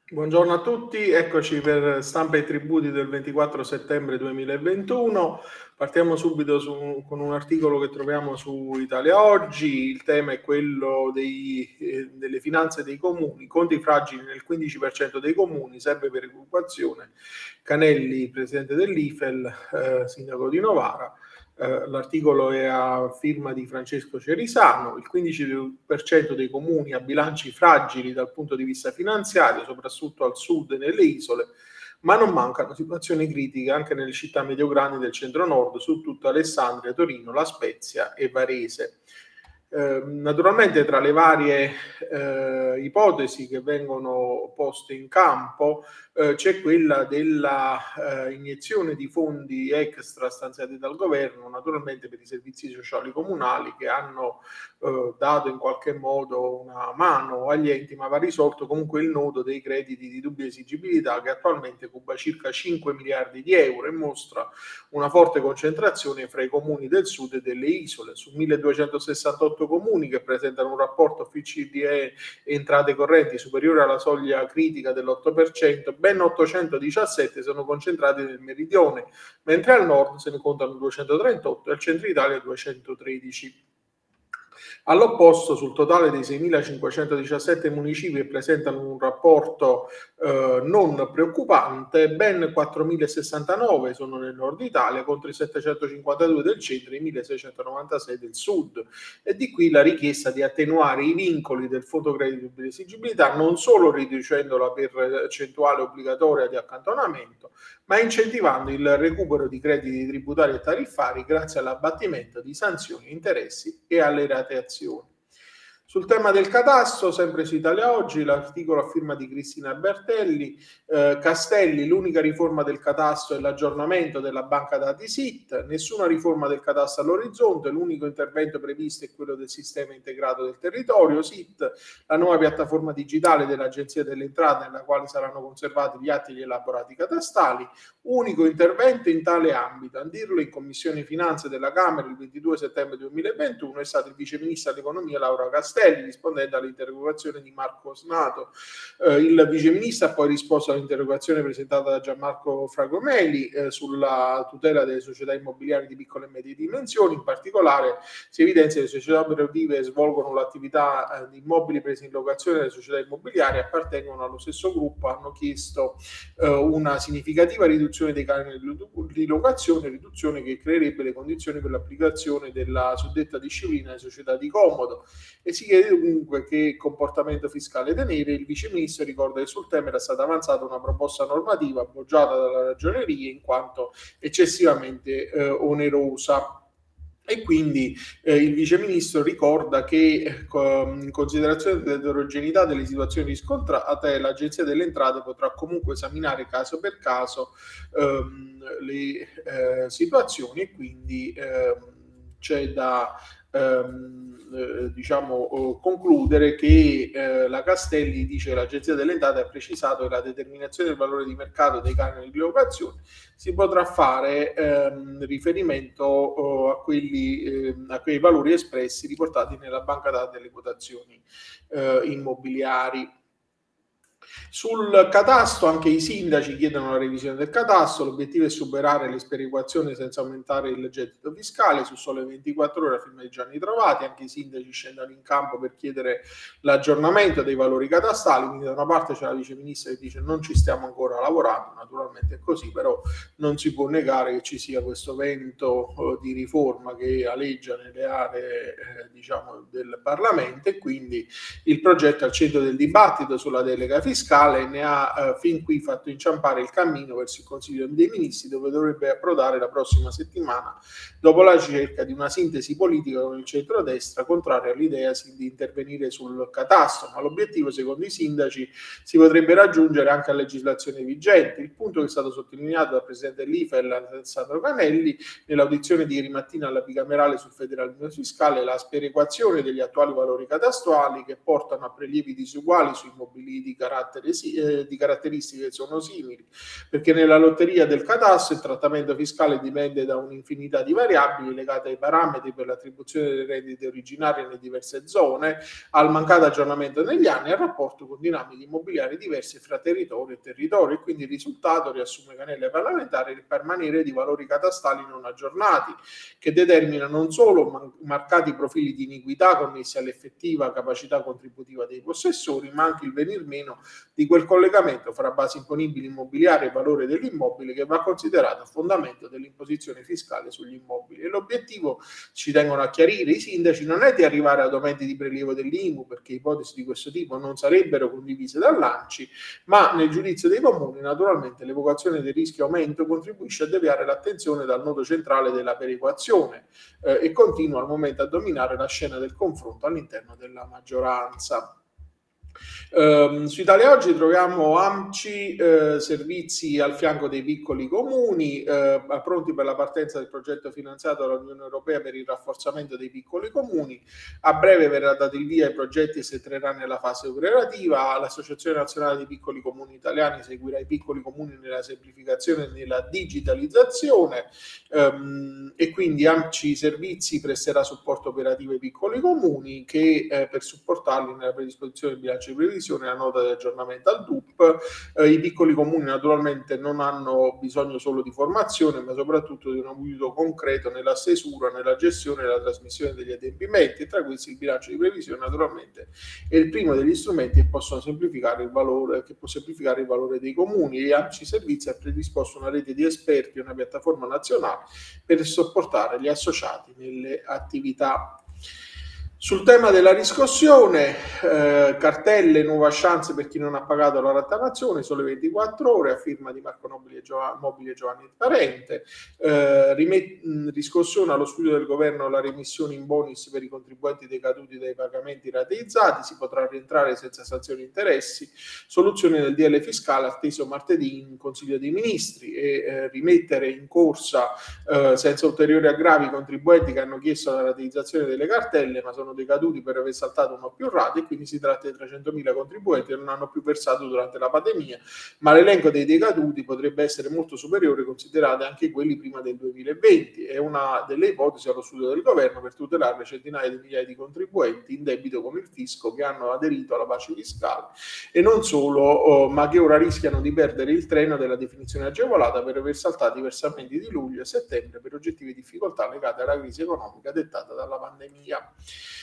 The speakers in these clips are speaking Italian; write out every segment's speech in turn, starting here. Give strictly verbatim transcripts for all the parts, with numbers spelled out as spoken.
Buongiorno a tutti, eccoci per Stampa e Tributi del ventiquattro settembre duemilaventuno. Partiamo subito su, con un articolo che troviamo su Italia Oggi. Il tema è quello dei, eh, delle finanze dei comuni, conti fragili nel quindici per cento dei comuni, serve perequazione. Canelli, presidente dell'I F E L, eh, sindaco di Novara. Uh, l'articolo è a firma di Francesco Cerisano. Il quindici per cento dei comuni ha bilanci fragili dal punto di vista finanziario, soprattutto al sud e nelle isole, ma non mancano situazioni critiche anche nelle città medio-grandi del centro-nord, su tutto Alessandria, Torino, La Spezia e Varese. Eh, naturalmente tra le varie eh, ipotesi che vengono poste in campo eh, c'è quella della eh, iniezione di fondi extra stanziati dal governo, naturalmente per i servizi sociali comunali, che hanno eh, dato in qualche modo una mano agli enti, ma va risolto comunque il nodo dei crediti di dubbia esigibilità, che attualmente cuba circa cinque miliardi di euro e mostra una forte concentrazione fra i comuni del sud e delle isole. Su milleduecentosessantotto comuni che presentano un rapporto F C D E entrate correnti superiore alla soglia critica dell'otto per cento, ben ottocentodiciassette sono concentrati nel meridione, mentre al nord se ne contano duecentotrentotto e al centro Italia duecentotredici. All'opposto, sul totale dei seimilacinquecentodiciassette municipi che presentano un rapporto eh, non preoccupante, ben quattromila sessantanove sono nel nord Italia contro i settecentocinquantadue del centro e i milleseicentonovantasei del sud. E di qui la richiesta di attenuare i vincoli del fotocredito di esigibilità, non solo riducendo la percentuale obbligatoria di accantonamento, ma incentivando il recupero di crediti tributari e tariffari grazie all'abbattimento di sanzioni, interessi e alle rateazioni. Sul tema del catasto, sempre su Italia Oggi, l'articolo a firma di Cristina Bertelli, eh, Castelli, l'unica riforma del catasto è l'aggiornamento della banca dati S I T, nessuna riforma del catasto all'orizzonte, l'unico intervento previsto è quello del sistema integrato del territorio, S I T, la nuova piattaforma digitale dell'Agenzia delle Entrate nella quale saranno conservati gli atti e gli elaborati catastali, unico intervento in tale ambito. A dirlo in Commissione Finanze della Camera il ventidue settembre duemilaventuno è stato il Vice Ministro dell'Economia Laura Castelli, rispondendo all'interrogazione di Marco Osnato. Eh, il Vice Ministro ha poi risposto all'interrogazione presentata da Gianmarco Fragomeli eh, sulla tutela delle società immobiliari di piccole e medie dimensioni. In particolare si evidenzia che le società operative che svolgono l'attività eh, di immobili presi in locazione delle società immobiliari appartengono allo stesso gruppo, hanno chiesto eh, una significativa riduzione dei canoni di locazione, riduzione che creerebbe le condizioni per l'applicazione della suddetta disciplina alle società di comodo, e si chiede dunque che comportamento fiscale tenere. Il Vice Ministro ricorda che sul tema era stata avanzata una proposta normativa appoggiata dalla Ragioneria in quanto eccessivamente eh, onerosa. E quindi eh, il Vice Ministro ricorda che eh, in considerazione dell'eterogeneità delle situazioni riscontrate, l'Agenzia delle Entrate potrà comunque esaminare caso per caso ehm, le eh, situazioni, e quindi ehm, c'è da ehm, eh, diciamo concludere che eh, la Castelli dice che l'Agenzia delle Entrate ha precisato che la determinazione del valore di mercato dei canoni di locazione si potrà fare ehm, riferimento oh, a quelli eh, a quei valori espressi riportati nella banca dati delle quotazioni eh, immobiliari. Sul catasto anche i sindaci chiedono la revisione del catasto, l'obiettivo è superare le sperequazioni senza aumentare il gettito fiscale. Su Sole ventiquattro Ore, a firma di Gianni Trovati, anche i sindaci scendono in campo per chiedere l'aggiornamento dei valori catastali. Quindi da una parte c'è la vice ministra che dice non ci stiamo ancora lavorando, naturalmente è così, però non si può negare che ci sia questo vento eh, di riforma che aleggia nelle aree eh, diciamo del Parlamento, e quindi il progetto è al centro del dibattito sulla delega fiscale ne ha eh, fin qui fatto inciampare il cammino verso il Consiglio dei Ministri, dove dovrebbe approdare la prossima settimana, dopo la ricerca di una sintesi politica con il centrodestra contrario all'idea di intervenire sul catasto, ma l'obiettivo secondo i sindaci si potrebbe raggiungere anche a legislazione vigente. Il punto che è stato sottolineato dal presidente dell'I F E L Alessandro Canelli nell'audizione di ieri mattina alla bicamerale sul federalismo fiscale, la sperequazione degli attuali valori catastali che portano a prelievi disuguali su immobili di carattere carattere, eh, di caratteristiche che sono simili, perché nella lotteria del catasto il trattamento fiscale dipende da un'infinità di variabili legate ai parametri per l'attribuzione delle rendite originarie nelle diverse zone, al mancato aggiornamento negli anni e al rapporto con dinamiche immobiliari diverse fra territorio e territorio, e quindi il risultato, riassume Canella parlamentare, il permanere di valori catastali non aggiornati, che determina non solo man- marcati profili di iniquità connessi all'effettiva capacità contributiva dei possessori, ma anche il venir meno di quel collegamento fra basi imponibili immobiliari e valore dell'immobile che va considerato a fondamento dell'imposizione fiscale sugli immobili. E l'obiettivo, ci tengono a chiarire i sindaci, non è di arrivare ad aumenti di prelievo dell'I M U, perché ipotesi di questo tipo non sarebbero condivise dall'A N C I, ma nel giudizio dei comuni naturalmente l'evocazione del rischio aumento contribuisce a deviare l'attenzione dal nodo centrale della perequazione eh, e continua al momento a dominare la scena del confronto all'interno della maggioranza. Um, su Italia Oggi troviamo A M C I, eh, servizi al fianco dei piccoli comuni, eh, pronti per la partenza del progetto finanziato dall'Unione Europea per il rafforzamento dei piccoli comuni. A breve verrà dato il via ai progetti e si entrerà nella fase operativa. L'Associazione Nazionale dei Piccoli Comuni Italiani seguirà i piccoli comuni nella semplificazione e nella digitalizzazione, um, e quindi A M C I Servizi presterà supporto operativo ai piccoli comuni che eh, per supportarli nella predisposizione del bilancio di previsione, la nota di aggiornamento al D U P. Eh, I piccoli comuni naturalmente non hanno bisogno solo di formazione, ma soprattutto di un aiuto concreto nella stesura, nella gestione e nella trasmissione degli adempimenti, e tra questi il bilancio di previsione naturalmente è il primo degli strumenti che possono semplificare il valore, che può semplificare il valore dei comuni. E A M C I Servizi ha predisposto una rete di esperti e una piattaforma nazionale per supportare gli associati nelle attività. Sul tema della riscossione, eh, cartelle, nuova chance per chi non ha pagato la rottamazione, Sole ventiquattro ore, a firma di Marco Nobile e Giov- Mobile Giovanni Parente, eh, rimet- riscossione allo studio del governo la remissione in bonus per i contribuenti decaduti dai pagamenti rateizzati, si potrà rientrare senza sanzioni e interessi, soluzione del D L fiscale atteso martedì in Consiglio dei Ministri, e eh, rimettere in corsa eh, senza ulteriori aggravi i contribuenti che hanno chiesto la rateizzazione delle cartelle ma sono decaduti per aver saltato una o più rate, e quindi si tratta di trecentomila contribuenti che non hanno più versato durante la pandemia, ma l'elenco dei decaduti potrebbe essere molto superiore, considerate anche quelli prima del duemilaventi. È una delle ipotesi allo studio del governo per tutelare le centinaia di migliaia di contribuenti in debito con il fisco che hanno aderito alla pace fiscale e non solo, oh, ma che ora rischiano di perdere il treno della definizione agevolata per aver saltato i versamenti di luglio e settembre per oggettive difficoltà legate alla crisi economica dettata dalla pandemia.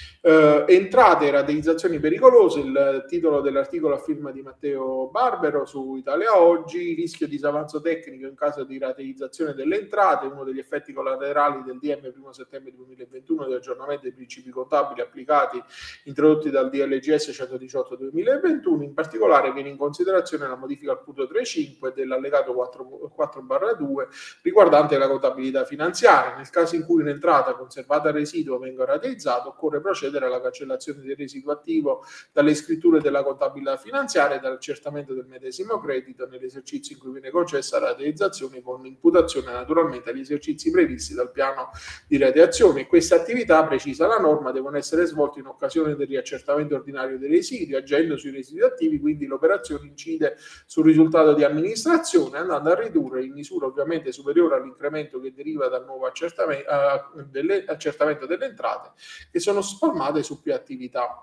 Uh, entrate e rateizzazioni pericolose, il titolo dell'articolo a firma di Matteo Barbero su Italia Oggi. Rischio disavanzo tecnico in caso di rateizzazione delle entrate, uno degli effetti collaterali del D M primo settembre duemilaventuno di aggiornamento dei principi contabili applicati introdotti dal D L G S centodiciotto duemilaventuno. In particolare viene in considerazione la modifica al punto tre punto cinque dell'allegato quattro barra due riguardante la contabilità finanziaria. Nel caso in cui un'entrata conservata a residuo venga rateizzata, occorre procedere alla cancellazione del residuo attivo dalle scritture della contabilità finanziaria e dall'accertamento del medesimo credito nell'esercizio in cui viene concessa la rateizzazione, con imputazione naturalmente agli esercizi previsti dal piano di rateazione. Queste attività, precisa la norma, devono essere svolte in occasione del riaccertamento ordinario dei residui. Agendo sui residui attivi, quindi l'operazione incide sul risultato di amministrazione, andando a ridurre in misura ovviamente superiore all'incremento che deriva dal nuovo accertamento, uh, delle, accertamento delle entrate che sono spalmate su più attività.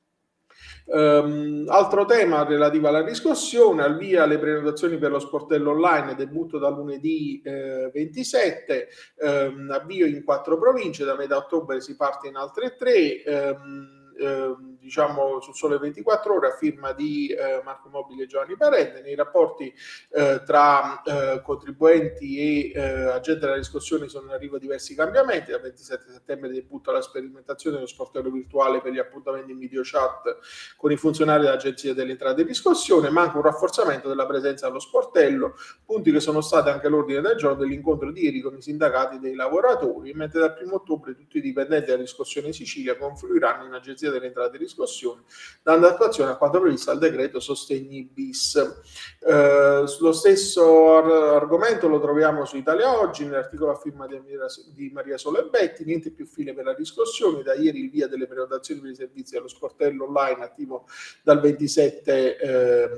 Um, altro tema relativo alla riscossione: al via le prenotazioni per lo sportello online, debutto da lunedì eh, ventisette, um, avvio in quattro province, da metà ottobre si parte in altre tre. Um, Eh, diciamo su Sole ventiquattro ore a firma di eh, Marco Nobile e Giovanni Parente. Nei rapporti eh, tra eh, contribuenti e eh, agente della riscossione sono in arrivo diversi cambiamenti. Dal ventisette settembre debutta la sperimentazione dello sportello virtuale per gli appuntamenti in video chat con i funzionari dell'Agenzia delle Entrate e Riscossione, ma anche un rafforzamento della presenza allo sportello, punti che sono stati anche all'ordine del giorno dell'incontro di ieri con i sindacati dei lavoratori, mentre dal primo ottobre tutti i dipendenti della riscossione Sicilia confluiranno in Agenzia delle Entrate e Riscossione riscossione, dando attuazione a quanto previsto dal decreto sostegni bis. Eh, lo stesso ar- argomento lo troviamo su Italia Oggi, nell'articolo a firma di, di Maria Sole Betti, niente più file per la riscossione, da ieri il via delle prenotazioni per i servizi allo sportello online attivo dal ventisette eh,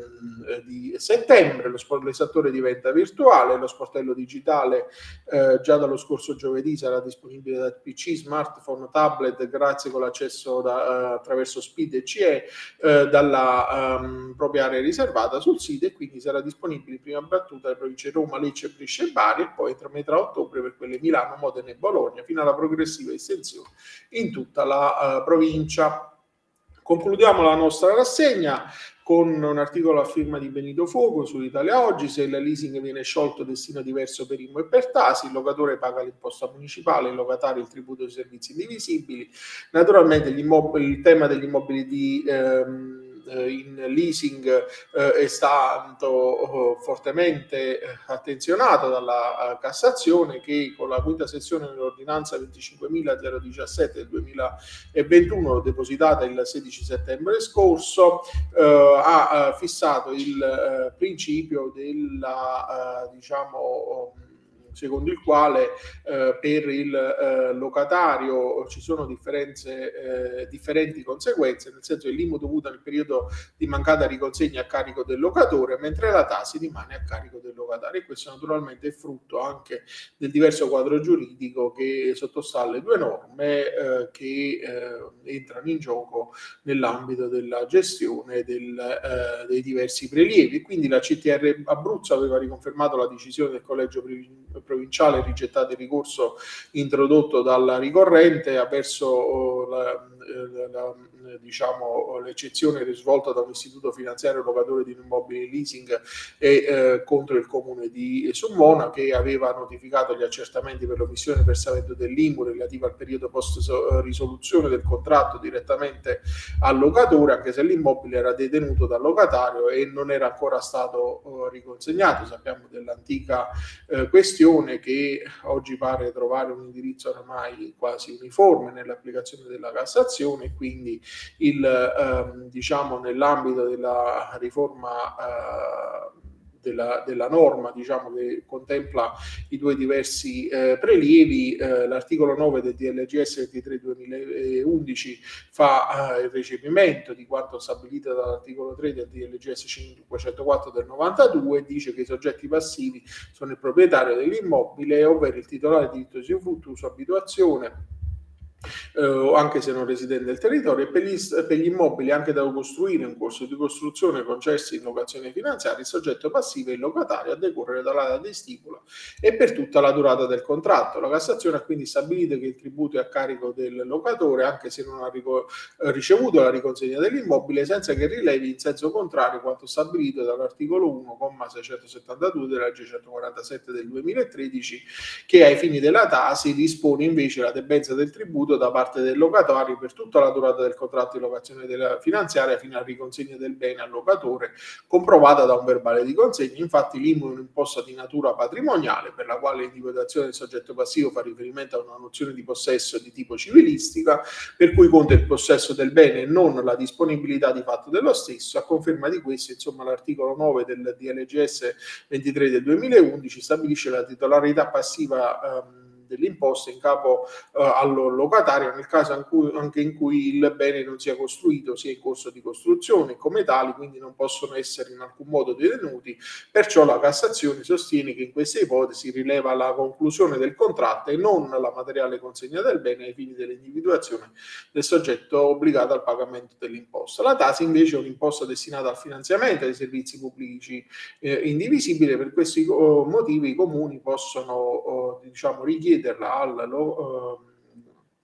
di settembre, lo sport, l'esattore diventa virtuale, lo sportello digitale eh, già dallo scorso giovedì sarà disponibile da P C, smartphone, tablet, grazie con l'accesso da, uh, attraverso Speed e C E eh, dalla um, propria area riservata sul sito, e quindi sarà disponibile in prima battuta alle province Roma, Lecce, Brescia e Bari, e poi tra metà ottobre per quelle Milano, Modena e Bologna, fino alla progressiva estensione in tutta la uh, provincia. Concludiamo la nostra rassegna con un articolo a firma di Benito Fuoco su Italia Oggi. Se il leasing viene sciolto, destino diverso per I M U e per Tasi, il locatore paga l'imposta municipale, il locatario il tributo dei servizi indivisibili. Naturalmente gli immobili, il tema degli immobili di ehm, in leasing eh, è stato oh, fortemente eh, attenzionato dalla uh, Cassazione, che con la quinta sezione dell'ordinanza venticinquemila diciassette del duemilaventuno, depositata il sedici settembre scorso, eh, ha uh, fissato il uh, principio della uh, diciamo secondo il quale eh, per il eh, locatario ci sono differenze, eh, differenti conseguenze, nel senso che l'I M U dovuta nel periodo di mancata riconsegna a carico del locatore, mentre la Tasi rimane a carico del locatario, e questo naturalmente è frutto anche del diverso quadro giuridico che sottostà alle due norme eh, che eh, entrano in gioco nell'ambito della gestione del, eh, dei diversi prelievi. Quindi la C T R Abruzzo aveva riconfermato la decisione del collegio provinciale, rigettato il ricorso introdotto dalla ricorrente avverso la, la, la, diciamo, l'eccezione risvolta da un istituto finanziario locatore di immobili leasing e eh, contro il comune di Sulmona, che aveva notificato gli accertamenti per l'omissione e versamento dell'I M U relativo al periodo post risoluzione del contratto direttamente al locatore, anche se l'immobile era detenuto dal locatario e non era ancora stato uh, riconsegnato. Sappiamo dell'antica uh, questione che oggi pare trovare un indirizzo oramai quasi uniforme nell'applicazione della Cassazione, e quindi il, uh, diciamo nell'ambito della riforma uh, Della, della norma, diciamo, che contempla i due diversi eh, prelievi, eh, l'articolo nove del D L G S ventitré duemilaundici fa eh, il recepimento di quanto stabilito dall'articolo tre del D L G S cinquecentoquattro del novantadue, dice che i soggetti passivi sono il proprietario dell'immobile, ovvero il titolare di diritto di usufrutto, uso, abitazione, Uh, anche se non residente del territorio, e per gli, per gli immobili anche da costruire in corso di costruzione concessi in locazione finanziaria, il soggetto passivo è il locatario a decorrere dalla data di stipula e per tutta la durata del contratto. La Cassazione ha quindi stabilito che il tributo è a carico del locatore anche se non ha rico- ricevuto la riconsegna dell'immobile, senza che rilevi in senso contrario quanto stabilito dall'articolo uno, comma seicentosettantadue della legge centoquarantasette del duemilatredici, che ai fini della Tasi dispone invece la debenza del tributo da parte del locatario per tutta la durata del contratto di locazione della finanziaria fino alla riconsegna del bene al locatore, comprovata da un verbale di consegna. Infatti l'I M U è un'imposta di natura patrimoniale, per la quale l'individuazione del soggetto passivo fa riferimento a una nozione di possesso di tipo civilistica, per cui conta il possesso del bene e non la disponibilità di fatto dello stesso. A conferma di questo, insomma, l'articolo nove del D L G S ventitré del duemilaundici stabilisce la titolarità passiva ehm, dell'imposta in capo uh, al locatario nel caso in cui, anche in cui il bene non sia costruito, sia in corso di costruzione, e come tali quindi non possono essere in alcun modo detenuti. Perciò la Cassazione sostiene che in queste ipotesi rileva la conclusione del contratto e non la materiale consegna del bene ai fini dell'individuazione del soggetto obbligato al pagamento dell'imposta. La Tasi invece è un'imposta destinata al finanziamento dei servizi pubblici eh, indivisibili. Per questi oh, motivi i comuni possono oh, diciamo richiedere Al, lo, uh,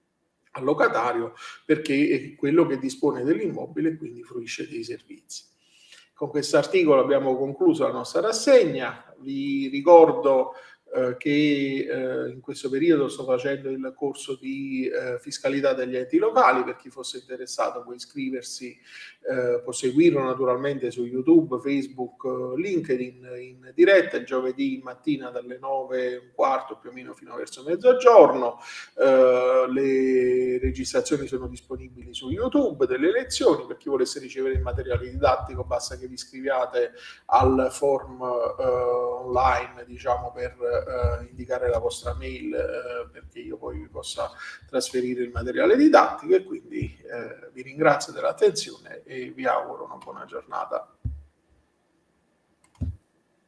al locatario, perché è quello che dispone dell'immobile e quindi fruisce dei servizi. Con questo articolo abbiamo concluso la nostra rassegna. Vi ricordo eh, che eh, in questo periodo sto facendo il corso di eh, fiscalità degli enti locali. Per chi fosse interessato può iscriversi, eh, può seguirlo naturalmente su YouTube, Facebook, LinkedIn in diretta il giovedì mattina dalle nove e un quarto più o meno fino verso mezzogiorno. Eh, le registrazioni sono disponibili su YouTube delle lezioni. Per chi volesse ricevere il materiale didattico basta che vi iscriviate al form eh, online, diciamo, per eh, indicare la vostra mail eh, perché io poi vi possa trasferire il materiale didattico, e quindi eh, vi ringrazio dell'attenzione e vi auguro una buona giornata.